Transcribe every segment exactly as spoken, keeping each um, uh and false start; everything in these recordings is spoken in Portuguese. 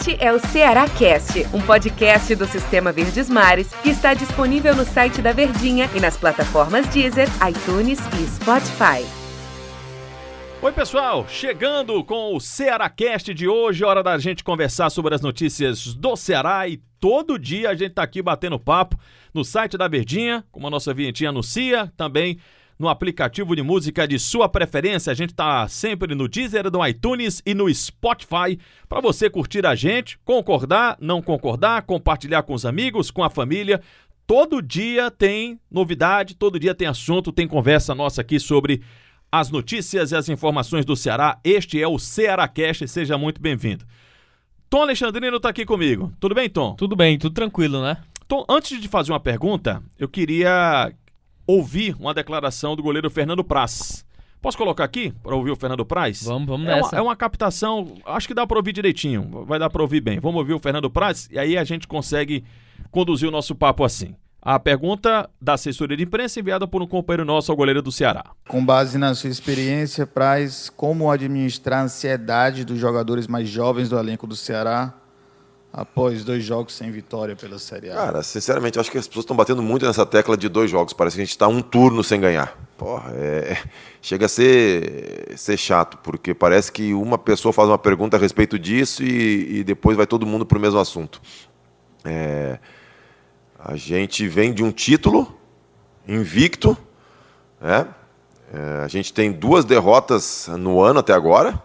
Este é o Ceará Cast, um podcast do Sistema Verdes Mares que está disponível no site da Verdinha e nas plataformas Deezer, iTunes e Spotify. Oi pessoal, chegando com o Ceará Cast de hoje, hora da gente conversar sobre as notícias do Ceará e todo dia a gente tá aqui batendo papo no site da Verdinha, como a nossa vinhetinha anuncia, também no aplicativo de música de sua preferência. A gente tá sempre no Deezer, no iTunes e no Spotify para você curtir a gente, concordar, não concordar, compartilhar com os amigos, com a família. Todo dia tem novidade, todo dia tem assunto, tem conversa nossa aqui sobre as notícias e as informações do Ceará. Este é o Ceará Cast, seja muito bem-vindo. Tom Alexandrino tá aqui comigo. Tudo bem, Tom? Tudo bem, tudo tranquilo, né? Tom, antes de fazer uma pergunta, eu queria ouvir uma declaração do goleiro Fernando Praz. Posso colocar aqui para ouvir o Fernando Praz? Vamos, vamos é nessa. Uma, é uma captação, acho que dá para ouvir direitinho, vai dar para ouvir bem. Vamos ouvir o Fernando Praz e aí a gente consegue conduzir o nosso papo assim. A pergunta da assessoria de imprensa enviada por um companheiro nosso, ao goleiro do Ceará. Com base na sua experiência, Praz, como administrar a ansiedade dos jogadores mais jovens do elenco do Ceará após dois jogos sem vitória pela Série A? Cara, sinceramente, eu acho que as pessoas estão batendo muito nessa tecla de dois jogos. Parece que a gente está um turno sem ganhar. Porra, é... chega a ser... ser chato, porque parece que uma pessoa faz uma pergunta a respeito disso e, e depois vai todo mundo para o mesmo assunto. É... A gente vem de um título invicto, né? É... A gente tem duas derrotas no ano até agora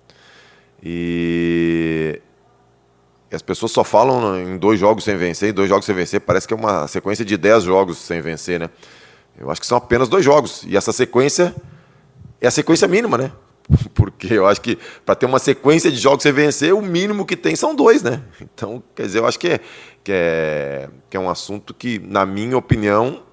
e... E as pessoas só falam em dois jogos sem vencer, e dois jogos sem vencer parece que é uma sequência de dez jogos sem vencer, né? Eu acho que são apenas dois jogos. E essa sequência é a sequência mínima, né? Porque eu acho que para ter uma sequência de jogos sem vencer, o mínimo que tem são dois, né? Então, quer dizer, eu acho que é, que é, que é um assunto que, na minha opinião,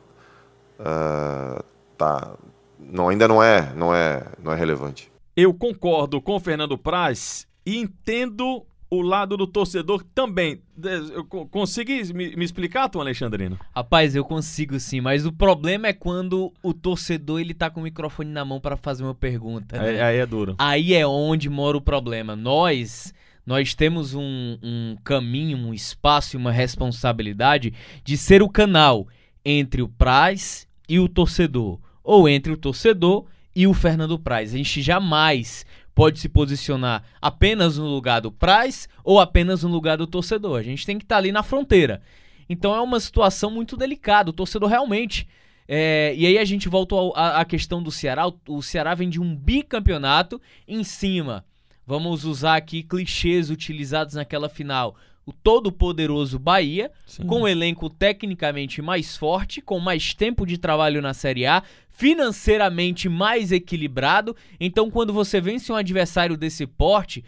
uh, tá, não, ainda não é, não, é, não é relevante. Eu concordo com o Fernando Praz e entendo o lado do torcedor também. Eu consegui me, me explicar, Tom Alexandrino? Rapaz, eu consigo sim, mas o problema é quando o torcedor ele tá com o microfone na mão para fazer uma pergunta. Né? Aí, aí é duro. Aí é onde mora o problema. Nós, nós temos um, um caminho, um espaço e uma responsabilidade de ser o canal entre o Praz e o torcedor, ou entre o torcedor e o Fernando Praz. A gente jamais pode se posicionar apenas no lugar do Praz ou apenas no lugar do torcedor. A gente tem que estar ali na fronteira. Então é uma situação muito delicada. O torcedor realmente... É, e aí a gente volta à questão do Ceará. O, o Ceará vem de um bicampeonato em cima. Vamos usar aqui clichês utilizados naquela final. O todo-poderoso Bahia, Sim. com um elenco tecnicamente mais forte, com mais tempo de trabalho na Série A, financeiramente mais equilibrado. Então, quando você vence um adversário desse porte,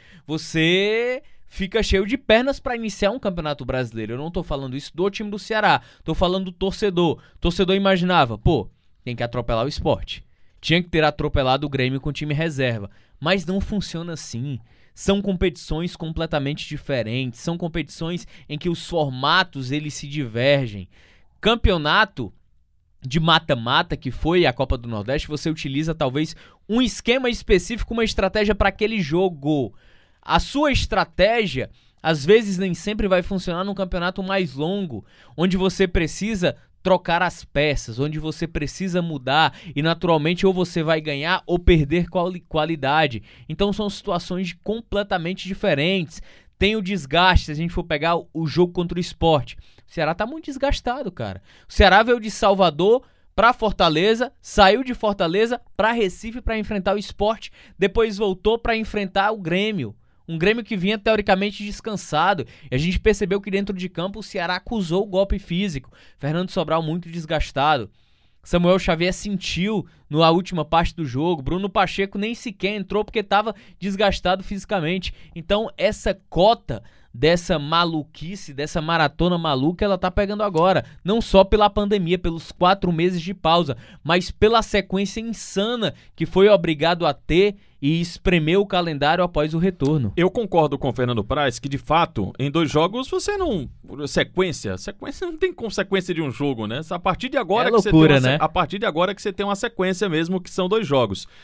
você fica cheio de pernas para iniciar um campeonato brasileiro. Eu não tô falando isso do time do Ceará, tô falando do torcedor. O torcedor imaginava, pô, tem que atropelar o Sport. Tinha que ter atropelado o Grêmio com time reserva. Mas não funciona assim. São competições completamente diferentes, são competições em que os formatos eles se divergem. Campeonato de mata-mata, que foi a Copa do Nordeste, você utiliza talvez um esquema específico, uma estratégia para aquele jogo. A sua estratégia, às vezes, nem sempre vai funcionar num campeonato mais longo, onde você precisa trocar as peças, onde você precisa mudar e naturalmente ou você vai ganhar ou perder quali- qualidade. Então são situações completamente diferentes. Tem o desgaste, se a gente for pegar o, o jogo contra o Sport. O Ceará tá muito desgastado, cara. O Ceará veio de Salvador para Fortaleza, saiu de Fortaleza para Recife para enfrentar o Sport, depois voltou para enfrentar o Grêmio. Um Grêmio que vinha teoricamente descansado. E a gente percebeu que dentro de campo o Ceará acusou o golpe físico. Fernando Sobral muito desgastado. Samuel Xavier sentiu na última parte do jogo. Bruno Pacheco nem sequer entrou porque estava desgastado fisicamente. Então essa cota dessa maluquice, dessa maratona maluca, ela tá pegando agora. Não só pela pandemia, pelos quatro meses de pausa, mas pela sequência insana que foi obrigado a ter e espremeu o calendário após o retorno. Eu concordo com o Fernando Praz que, de fato, em dois jogos você não... Sequência. Sequência não tem consequência de um jogo, né? A partir de agora, é que, loucura, você tem uma, né? a partir de agora que você tem uma sequência mesmo, que são dois jogos.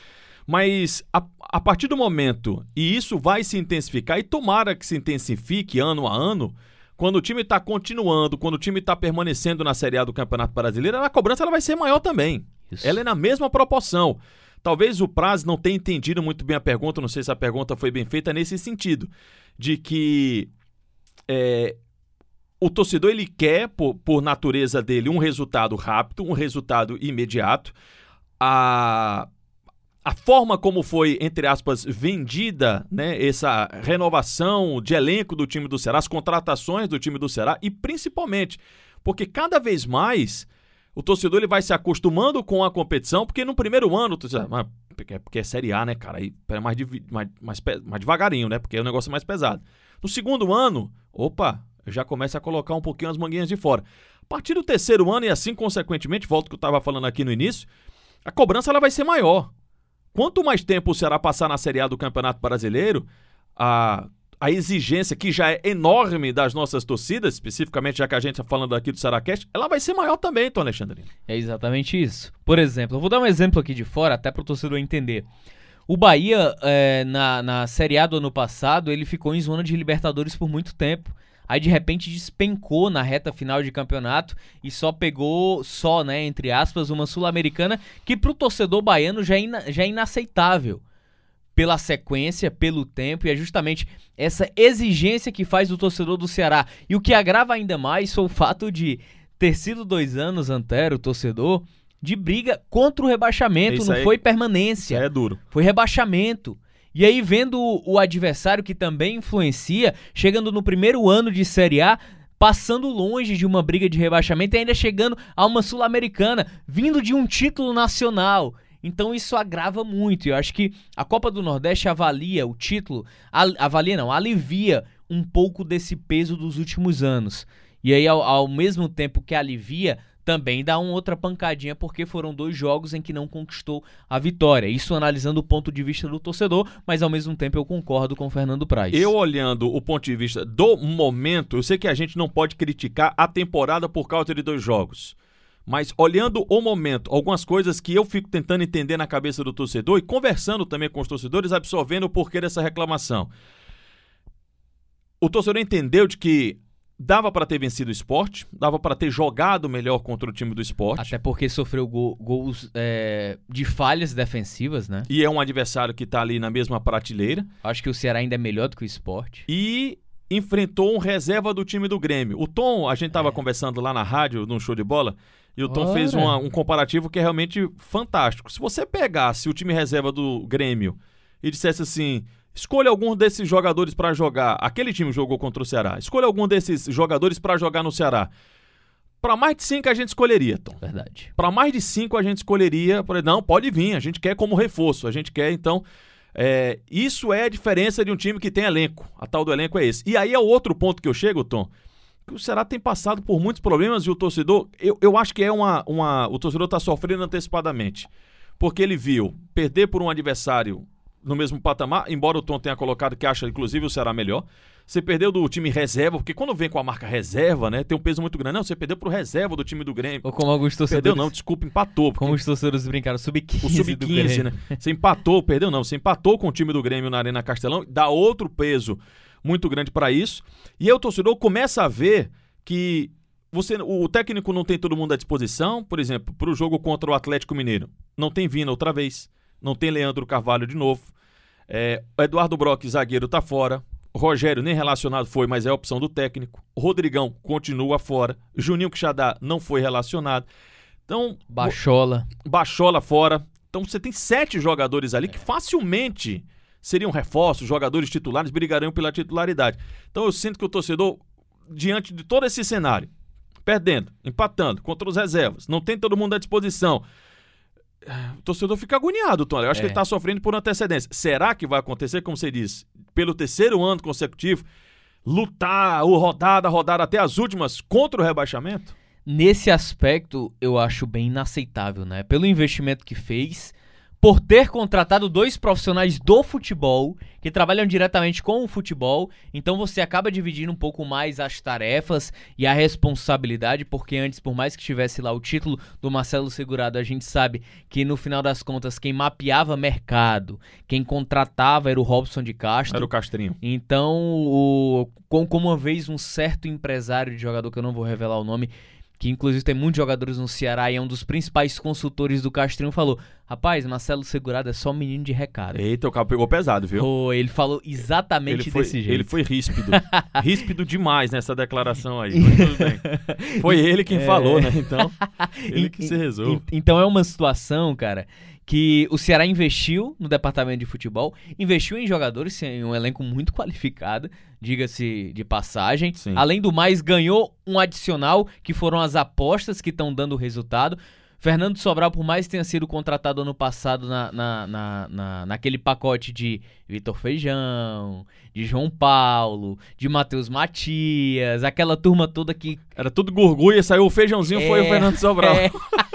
Mas a, a partir do momento, e isso vai se intensificar, e tomara que se intensifique ano a ano, quando o time está continuando, quando o time está permanecendo na Série A do Campeonato Brasileiro, a cobrança ela vai ser maior também. Isso. Ela é na mesma proporção. Talvez o Praz não tenha entendido muito bem a pergunta, não sei se a pergunta foi bem feita nesse sentido, de que é, o torcedor ele quer, por, por natureza dele, um resultado rápido, um resultado imediato. A... A forma como foi, entre aspas, vendida, né, essa renovação de elenco do time do Ceará, as contratações do time do Ceará e principalmente porque cada vez mais o torcedor ele vai se acostumando com a competição, porque no primeiro ano, o torcedor, ah, porque, porque é Série A, né, cara, aí é mais, mais, mais, mais devagarinho, né, porque é um negócio mais pesado. No segundo ano, opa, já começa a colocar um pouquinho as manguinhas de fora. A partir do terceiro ano e assim, consequentemente, volto ao que eu estava falando aqui no início, a cobrança ela vai ser maior. Quanto mais tempo o Ceará passar na Série A do Campeonato Brasileiro, a, a exigência que já é enorme das nossas torcidas, especificamente já que a gente está falando aqui do SearaCast, ela vai ser maior também, Tom Alexandrino. É exatamente isso. Por exemplo, eu vou dar um exemplo aqui de fora, até para o torcedor entender. O Bahia, é, na, na Série A do ano passado, ele ficou em zona de Libertadores por muito tempo. Aí de repente despencou na reta final de campeonato e só pegou, só, né, entre aspas, uma Sul-Americana que pro torcedor baiano já é, ina- já é inaceitável. Pela sequência, pelo tempo, e é justamente essa exigência que faz o torcedor do Ceará. E o que agrava ainda mais foi o fato de ter sido dois anos antero, o torcedor, de briga contra o rebaixamento, Isso não aí, foi permanência. Isso aí é duro. Foi rebaixamento. E aí, vendo o adversário que também influencia, chegando no primeiro ano de Série A, passando longe de uma briga de rebaixamento e ainda chegando a uma Sul-Americana, vindo de um título nacional. Então isso agrava muito. E eu acho que a Copa do Nordeste avalia o título, avalia não, alivia um pouco desse peso dos últimos anos. E aí, ao, ao mesmo tempo que alivia, também dá uma outra pancadinha, porque foram dois jogos em que não conquistou a vitória. Isso analisando o ponto de vista do torcedor, mas ao mesmo tempo eu concordo com o Fernando Praz. Eu olhando o ponto de vista do momento, eu sei que a gente não pode criticar a temporada por causa de dois jogos, mas olhando o momento, algumas coisas que eu fico tentando entender na cabeça do torcedor e conversando também com os torcedores, absorvendo o porquê dessa reclamação. O torcedor entendeu de que dava para ter vencido o Sport, dava para ter jogado melhor contra o time do Sport. Até porque sofreu gol, gols é, de falhas defensivas, né? E é um adversário que está ali na mesma prateleira. Acho que o Ceará ainda é melhor do que o Sport. E enfrentou um reserva do time do Grêmio. O Tom, a gente estava é. conversando lá na rádio, num show de bola, e o Tom Ora. fez uma, um comparativo que é realmente fantástico. Se você pegasse o time reserva do Grêmio e dissesse assim: escolha algum desses jogadores para jogar. Aquele time jogou contra o Ceará. Escolha algum desses jogadores para jogar no Ceará. Para mais de cinco a gente escolheria, Tom. Verdade. Para mais de cinco a gente escolheria. Não, pode vir. A gente quer como reforço. A gente quer, então... É, isso é a diferença de um time que tem elenco. A tal do elenco é esse. E aí é o outro ponto que eu chego, Tom, que o Ceará tem passado por muitos problemas e o torcedor... Eu, eu acho que é uma, uma... O torcedor está sofrendo antecipadamente. Porque ele viu perder por um adversário no mesmo patamar, embora o Tom tenha colocado que acha, inclusive, o Ceará melhor. Você perdeu do time reserva, porque quando vem com a marca reserva, né, tem um peso muito grande. Não, você perdeu pro reserva do time do Grêmio. Ou como alguns torcedores... Perdeu não, desculpa, empatou. Como os torcedores brincaram, sub quinze O sub quinze, né? Você empatou, perdeu não, você empatou com o time do Grêmio na Arena Castelão, dá outro peso muito grande para isso. E aí o torcedor começa a ver que você, o técnico não tem todo mundo à disposição. Por exemplo, pro jogo contra o Atlético Mineiro, não tem Vina outra vez, não tem Leandro Carvalho de novo. É, Eduardo Brock, zagueiro, tá fora. Rogério nem relacionado foi, mas é a opção do técnico. Rodrigão continua fora. Juninho Quixadá não foi relacionado. Então, Bachola. Bachola fora. Então você tem sete jogadores ali que facilmente seriam reforços, jogadores titulares, brigariam pela titularidade. Então eu sinto que o torcedor, diante de todo esse cenário, perdendo, empatando contra os reservas, não tem todo mundo à disposição, o torcedor fica agoniado, Tom. Eu acho é. que ele está sofrendo por antecedência. Será que vai acontecer, como você disse, pelo terceiro ano consecutivo, lutar, ou rodada, rodada até as últimas contra o rebaixamento? Nesse aspecto, eu acho bem inaceitável, né? Pelo investimento que fez, por ter contratado dois profissionais do futebol, que trabalham diretamente com o futebol, então você acaba dividindo um pouco mais as tarefas e a responsabilidade, porque antes, por mais que tivesse lá o título do Marcelo Segurado, a gente sabe que no final das contas quem mapeava mercado, quem contratava era o Robson de Castro. Era o Castrinho. Então, o, como uma vez um certo empresário de jogador, que eu não vou revelar o nome, que inclusive tem muitos jogadores no Ceará e é um dos principais consultores do Castrinho, falou: rapaz, Marcelo Segurado é só um menino de recado. Eita, o cara pegou pesado, viu? Oh, ele falou exatamente ele foi, desse jeito. Ele foi ríspido. Ríspido demais nessa declaração aí. Mas tudo bem. Foi ele quem é... falou, né? Então, ele que se resolve. Então é uma situação, cara, que o Ceará investiu no departamento de futebol, investiu em jogadores, em um elenco muito qualificado, diga-se de passagem. Sim. Além do mais, ganhou um adicional, que foram as apostas que estão dando resultado. Fernando Sobral, por mais que tenha sido contratado ano passado na, na, na, na, naquele pacote de Vitor Feijão, de João Paulo, de Matheus Matias, aquela turma toda que... Era tudo gorgulha, saiu o Feijãozinho, é, foi o Fernando Sobral. É.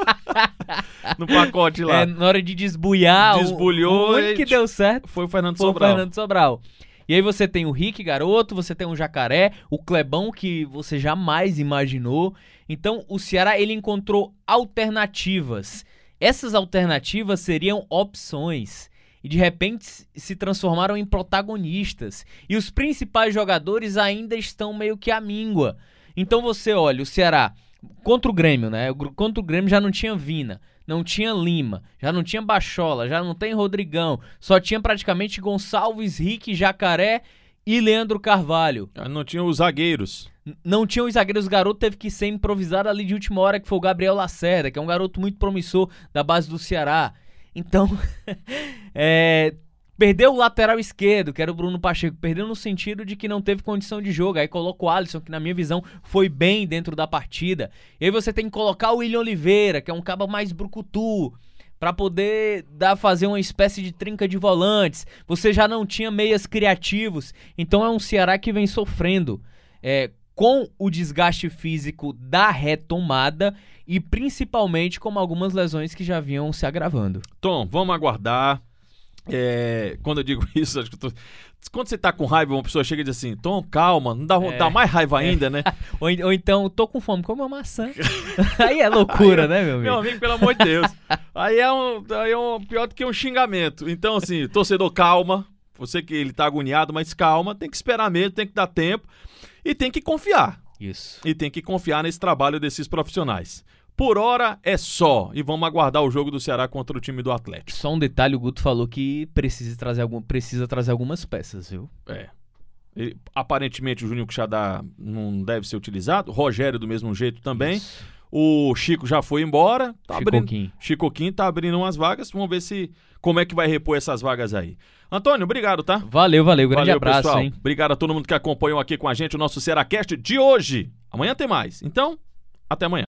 No pacote lá. É, na hora de desbulhar, desbulhou, o, o único que deu certo foi o Fernando foi Sobral. o Fernando Sobral. E aí você tem o Rick Garoto, você tem o Jacaré, o Clebão, que você jamais imaginou. Então o Ceará, ele encontrou alternativas. Essas alternativas seriam opções. E de repente se transformaram em protagonistas. E os principais jogadores ainda estão meio que à míngua. Então você olha, o Ceará contra o Grêmio, né? Contra o Grêmio já não tinha Vina, não tinha Lima, já não tinha Bachola, já não tem Rodrigão, só tinha praticamente Gonçalves, Rick, Jacaré e Leandro Carvalho. Não tinha os zagueiros. N- não tinha os zagueiros, o garoto teve que ser improvisado ali de última hora, que foi o Gabriel Lacerda, que é um garoto muito promissor da base do Ceará. Então, é... perdeu o lateral esquerdo, que era o Bruno Pacheco. Perdeu no sentido de que não teve condição de jogo. Aí coloca o Alisson, que na minha visão foi bem dentro da partida. E aí você tem que colocar o William Oliveira, que é um cabo mais brucutu, para poder dar, fazer uma espécie de trinca de volantes. Você já não tinha meias criativos. Então é um Ceará que vem sofrendo é, com o desgaste físico da retomada e principalmente com algumas lesões que já vinham se agravando. Tom, vamos aguardar. É, quando eu digo isso, acho que eu tô... quando você tá com raiva, uma pessoa chega e diz assim: Tom, calma, não dá, é, dá mais raiva ainda, é. né? ou, ou então, tô com fome, come uma maçã. Aí é loucura, aí, né, meu amigo? Meu amigo, pelo amor de Deus. Aí é, um, aí é um pior do que um xingamento. Então, assim, torcedor, calma. Você que ele tá agoniado, mas calma, tem que esperar mesmo, tem que dar tempo e tem que confiar. Isso. E tem que confiar nesse trabalho desses profissionais. Por hora é só. E vamos aguardar o jogo do Ceará contra o time do Atlético. Só um detalhe, o Guto falou que precisa trazer, algum, precisa trazer algumas peças, viu? É. Ele, aparentemente o Juninho Quixadá não deve ser utilizado. Rogério do mesmo jeito também. Isso. O Chico já foi embora. Tá Chicoquinho. Chicoquinho tá abrindo umas vagas. Vamos ver se como é que vai repor essas vagas aí. Antônio, obrigado, tá? Valeu, valeu. Grande valeu, abraço, pessoal. hein? Obrigado a todo mundo que acompanhou aqui com a gente o nosso Cearacast de hoje. Amanhã tem mais. Então, até amanhã.